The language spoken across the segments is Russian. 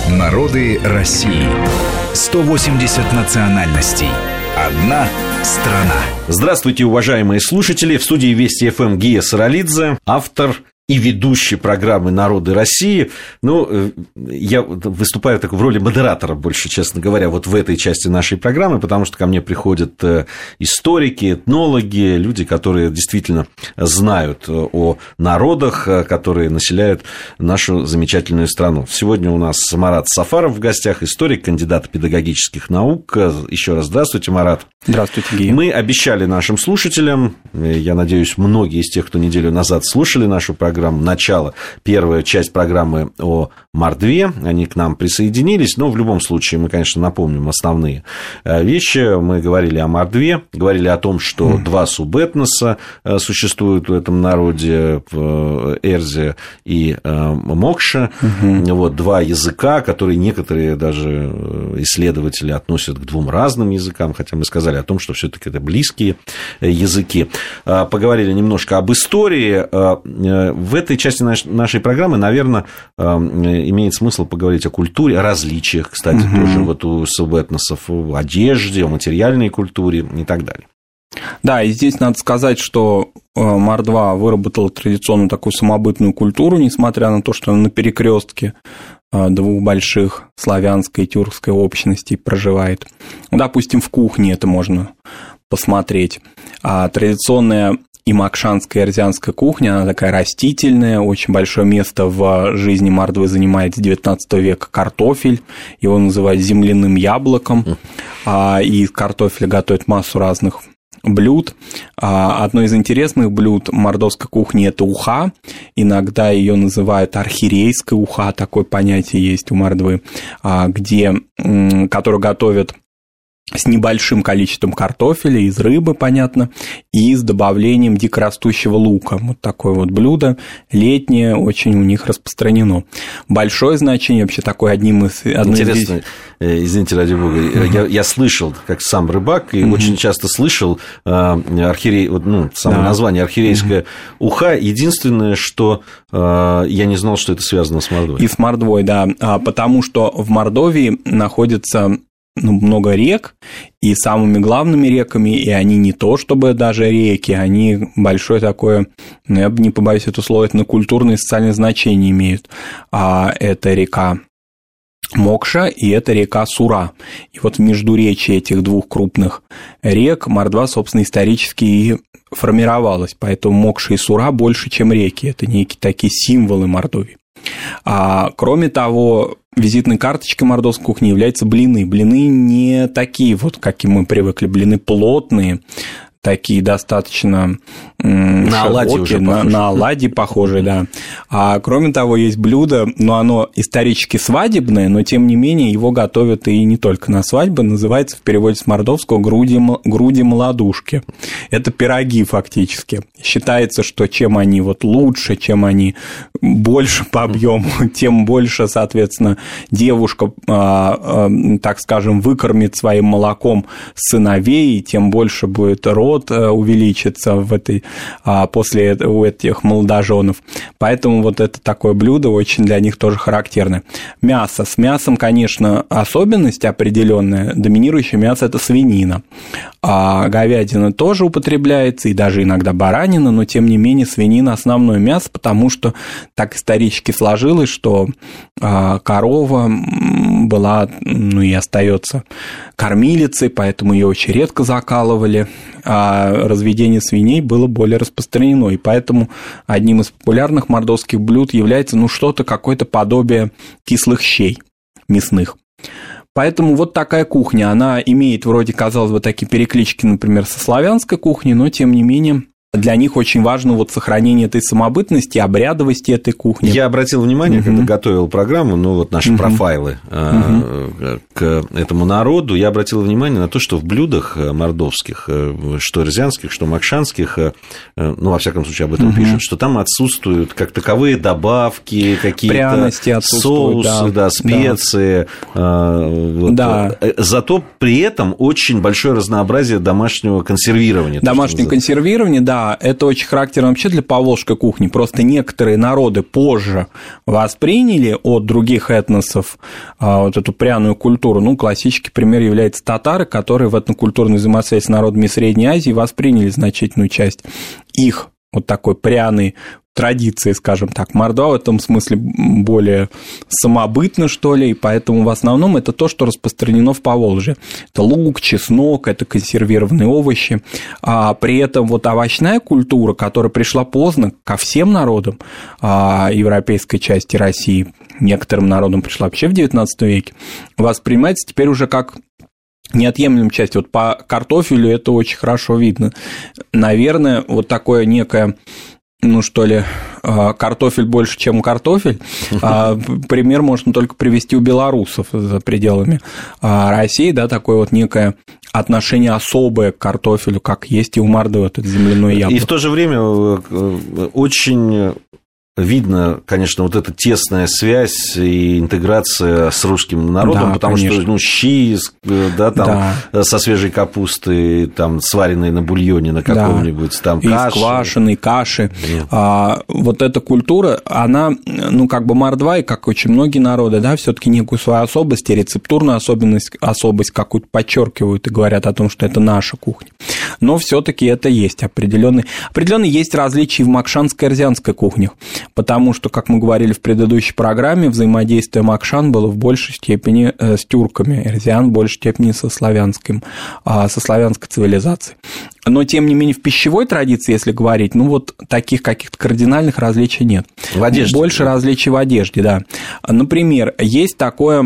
Народы России. 180 национальностей. Одна страна. Здравствуйте, уважаемые слушатели. В студии Вести ФМ Гия Саралидзе, автор и ведущий программы «Народы России». Ну, я выступаю так в роли модератора больше, честно говоря, вот в этой части нашей программы, потому что ко мне приходят историки, этнологи, люди, которые действительно знают о народах, которые населяют нашу замечательную страну. Сегодня у нас Марат Сафаров в гостях, историк, кандидат педагогических наук. Еще раз здравствуйте, Марат. Здравствуйте, Гия. Мы обещали нашим слушателям, я надеюсь, многие из тех, кто неделю назад слушали нашу программу, начало, первая часть программы о Мордве, они к нам присоединились, но в любом случае мы, конечно, напомним основные вещи. Мы говорили о Мордве, говорили о том, что два субэтноса существуют в этом народе, в Эрзе и Мокше, вот, два языка, которые некоторые даже исследователи относят к двум разным языкам, хотя мы сказали о том, что все-таки это близкие языки. Поговорили немножко об истории. В этой части нашей программы, наверное, имеет смысл поговорить о культуре, о различиях, кстати, тоже вот у субэтносов, о одежде, о материальной культуре и так далее. Да, и здесь надо сказать, что Мордва выработала традиционную такую самобытную культуру, несмотря на то, что она на перекрестке двух больших славянской и тюркской общностей проживает. Допустим, в кухне это можно посмотреть. Традиционная и макшанская, и эрзянская кухня, она такая растительная, очень большое место в жизни Мордвы занимает с 19 века картофель, его называют земляным яблоком, и из картофеля готовят массу разных блюд. Одно из интересных блюд мордовской кухни – это уха, иногда ее называют архирейская уха, такое понятие есть у Мордвы, которую готовят с небольшим количеством картофеля, из рыбы, понятно, и с добавлением дикорастущего лука. Вот такое вот блюдо летнее, очень у них распространено. Большое значение вообще такое Интересно, извините, ради бога, я слышал, как сам рыбак, и очень часто слышал архирей, само название архирейская уха. Единственное, что я не знал, что это связано с Мордвой. И с Мордвой, да, потому что в Мордовии находится много рек, и самыми главными реками, и они не то чтобы даже реки, они большое такое, я не побоюсь это слово, этнокультурное и социальное значение имеют. Это река Мокша и это река Сура. И вот в междуречии этих двух крупных рек Мордва, собственно, исторически и формировалась, поэтому Мокша и Сура больше, чем реки, это некие такие символы Мордовии. Кроме того, визитной карточкой мордовской кухни являются блины. Блины не такие, вот, какие мы привыкли, блины плотные, такие достаточно широкие, на оладьи похожие, да. А кроме того, есть блюдо, но оно исторически свадебное, но тем не менее его готовят и не только на свадьбы, называется в переводе с мордовского груди-молодушки. Это пироги фактически. Считается, что чем они вот лучше, чем они больше по объему, тем больше, соответственно, девушка, так скажем, выкормит своим молоком сыновей, и тем больше будет род увеличится после у этих молодоженов. Поэтому вот это такое блюдо очень для них тоже характерное. Мясо. С мясом, конечно, особенность определенная. Доминирующее мясо – это свинина. Говядина тоже употребляется, и даже иногда баранина, но тем не менее свинина – основное мясо, потому что так исторически сложилось, что корова была, и остается кормилицей, поэтому ее очень редко закалывали, а разведение свиней было более распространено, и поэтому одним из популярных мордовских блюд является, что-то, какое-то подобие кислых щей мясных. Поэтому вот такая кухня, она имеет вроде, казалось бы, такие переклички, например, со славянской кухней, но тем не менее для них очень важно вот сохранение этой самобытности, обрядовости этой кухни. Я обратил внимание, когда готовил программу, наши профайлы к этому народу, я обратил внимание на то, что в блюдах мордовских, что эрзянских, что макшанских, во всяком случае об этом пишут, что там отсутствуют как таковые добавки, какие-то пряности, соусы, специи. Да. Зато при этом очень большое разнообразие домашнего консервирования. Домашнее консервирование, да. Да, это очень характерно вообще для поволжской кухни. Просто некоторые народы позже восприняли от других этносов вот эту пряную культуру. Ну, классический пример является татары, которые в этнокультурной взаимосвязи с народами Средней Азии восприняли значительную часть их вот такой пряной традиции, скажем так. Мордва в этом смысле более самобытна, что ли, и поэтому в основном это то, что распространено в Поволжье. Это лук, чеснок, это консервированные овощи. А при этом вот овощная культура, которая пришла поздно ко всем народам европейской части России, некоторым народам пришла вообще в XIX веке, воспринимается теперь уже как неотъемлемая часть. Вот по картофелю это очень хорошо видно. Наверное, вот такое некое, ну что ли, картофель больше, чем картофель. Пример можно только привести у белорусов за пределами России, да, такое вот некое отношение особое к картофелю, как есть и у мордвы, это земляное яблоко. И в то же время очень видно, конечно, вот эта тесная связь и интеграция с русским народом, да, потому конечно. Что, ну, щи, да, там, да. Со свежей капустой, там, сваренной на бульоне на каком-нибудь, да. Там, каши. Из квашеной каши. Вот эта культура, она, ну, как бы мордва, и как очень многие народы, да, все-таки некую свою особость и рецептурную особость какую-то подчеркивают и говорят о том, что это наша кухня. Но все-таки это есть определенные есть различия в макшанской и эрзианской кухнях. Потому что, как мы говорили в предыдущей программе, взаимодействие макшан было в большей степени с тюрками, эрзиан в большей степени со славянской цивилизацией. Но, тем не менее, в пищевой традиции, если говорить, ну, вот таких каких-то кардинальных различий нет. В одежде. Больше различий в одежде, да. Например, есть такое,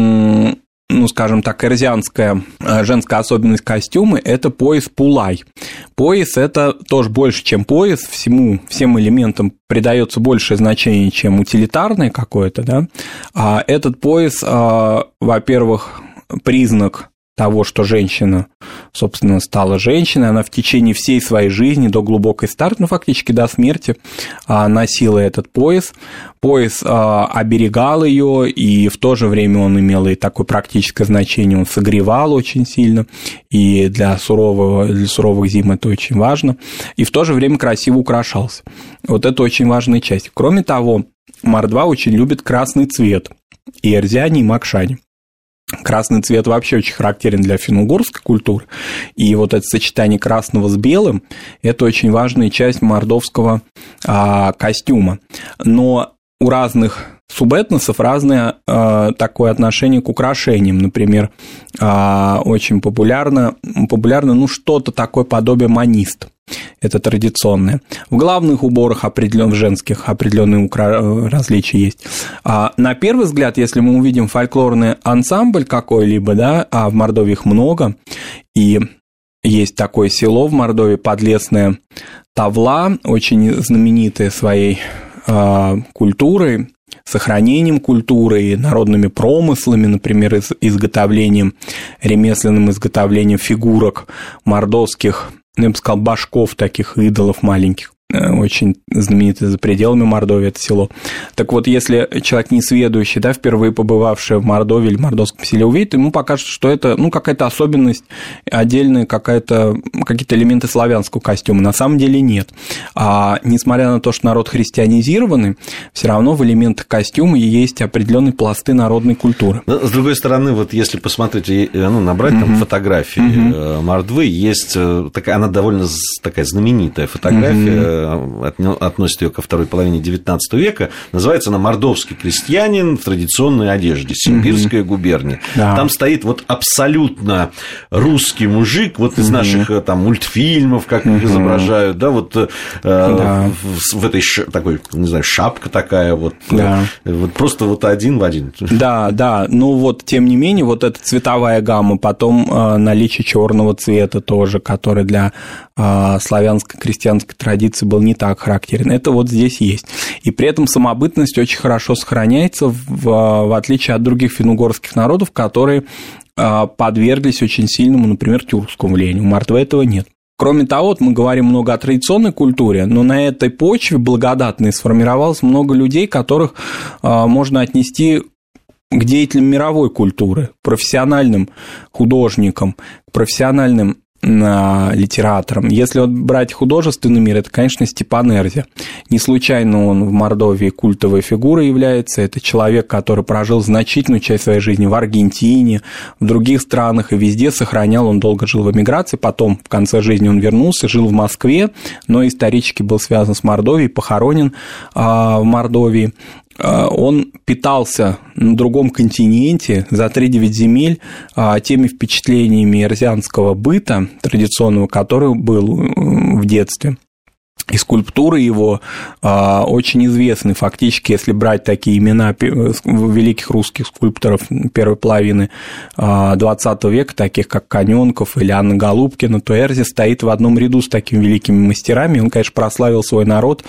ну, скажем так, эрзианская женская особенность костюмы – это пояс пулай. Пояс – это тоже больше, чем пояс, всем элементам придается большее значение, чем утилитарное какое-то, да. А этот пояс, во-первых, признак того, что женщина, собственно, стала женщиной, она в течение всей своей жизни до глубокой старости, ну, фактически до смерти, носила этот пояс. Пояс оберегал ее, и в то же время он имел и такое практическое значение, он согревал очень сильно, и для суровых зим это очень важно, и в то же время красиво украшался. Вот это очень важная часть. Кроме того, мордва очень любит красный цвет, и эрзиане, и макшане. Красный цвет вообще очень характерен для финно-угорской культуры, и вот это сочетание красного с белым – это очень важная часть мордовского костюма. Но у разных субэтносов разное такое отношение к украшениям. Например, очень популярно, ну, что-то такое подобие манист. Это традиционное. В главных уборах в женских определенные различия есть. На первый взгляд, если мы увидим фольклорный ансамбль какой-либо, да, а в Мордовии их много, и есть такое село в Мордовии, Подлесная Тавла, очень знаменитое своей культурой, сохранением культуры, народными промыслами, например, ремесленным изготовлением фигурок мордовских, я бы сказал, башков, таких идолов маленьких, очень знаменитое за пределами Мордовии это село. Так вот, если человек несведущий, да, впервые побывавший в Мордовии или в мордовском селе увидит, ему покажется, что это, ну, какая-то особенность отдельная, какие-то элементы славянского костюма. На самом деле нет. А несмотря на то, что народ христианизированный, все равно в элементах костюма есть определенные пласты народной культуры. Но, с другой стороны, вот если посмотреть, ну, набрать там фотографии мордвы, есть такая, она довольно такая знаменитая фотография, относит ее ко второй половине XIX века. Называется она «Мордовский крестьянин в традиционной одежде. Симбирская губерния». Да. Там стоит вот абсолютно русский мужик, вот из наших там мультфильмов, как их изображают, да, вот в этой такой, не знаю, шапка такая, вот, вот просто вот один в один. Да, ну вот, тем не менее, вот эта цветовая гамма, потом наличие черного цвета тоже, который для славянской крестьянской традиции был не так характерен. Это вот здесь есть. И при этом самобытность очень хорошо сохраняется, в отличие от других финно-угорских народов, которые подверглись очень сильному, например, тюркскому влиянию. У мордвы этого нет. Кроме того, вот мы говорим много о традиционной культуре, но на этой почве благодатной сформировалось много людей, которых можно отнести к деятелям мировой культуры, профессиональным художникам, профессиональным литератором. Если вот брать художественный мир, это, конечно, Степан Эрзя. Не случайно он в Мордовии культовой фигурой является. Это человек, который прожил значительную часть своей жизни в Аргентине, в других странах, и везде сохранял, он долго жил в эмиграции, потом в конце жизни он вернулся, жил в Москве, но исторически был связан с Мордовией, похоронен в Мордовии. Он питался на другом континенте, за 3-9 земель, теми впечатлениями эрзианского быта традиционного, который был в детстве. И скульптуры его очень известны. Фактически, если брать такие имена великих русских скульпторов первой половины XX века, таких как Канёнков или Анна Голубкина, то Эрзя стоит в одном ряду с такими великими мастерами. Он, конечно, прославил свой народ,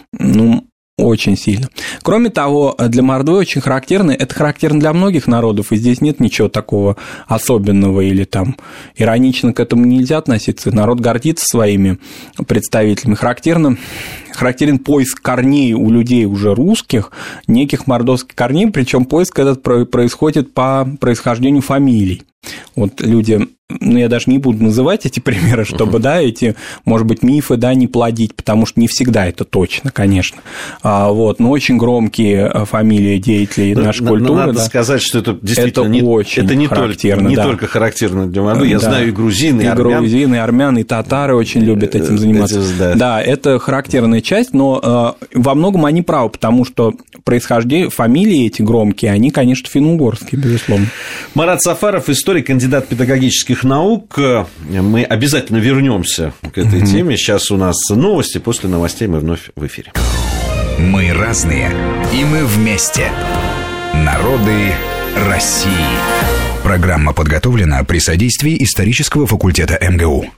очень сильно. Кроме того, для Мордовии очень характерно, это характерно для многих народов, и здесь нет ничего такого особенного или там иронично к этому нельзя относиться. Народ гордится своими представителями. Характерен поиск корней у людей уже русских, неких мордовских корней, причем поиск этот происходит по происхождению фамилий. Вот люди, я даже не буду называть эти примеры, чтобы, эти, может быть, мифы, не плодить, потому что не всегда это точно, конечно. Но очень громкие фамилии деятелей нашей культуры. Надо сказать, что это действительно не только характерно для Мордовии. Я знаю и грузин, и армян. И грузин, и армян, и татары очень любят этим заниматься. Да, это характерная часть, но во многом они правы, потому что происхождение, фамилии эти громкие, они, конечно, финно-угорские, безусловно. Марат Сафаров, историк, кандидат педагогических наук. Мы обязательно вернемся к этой теме. Сейчас у нас новости, после новостей мы вновь в эфире. Мы разные, и мы вместе. Народы России. Программа подготовлена при содействии исторического факультета МГУ.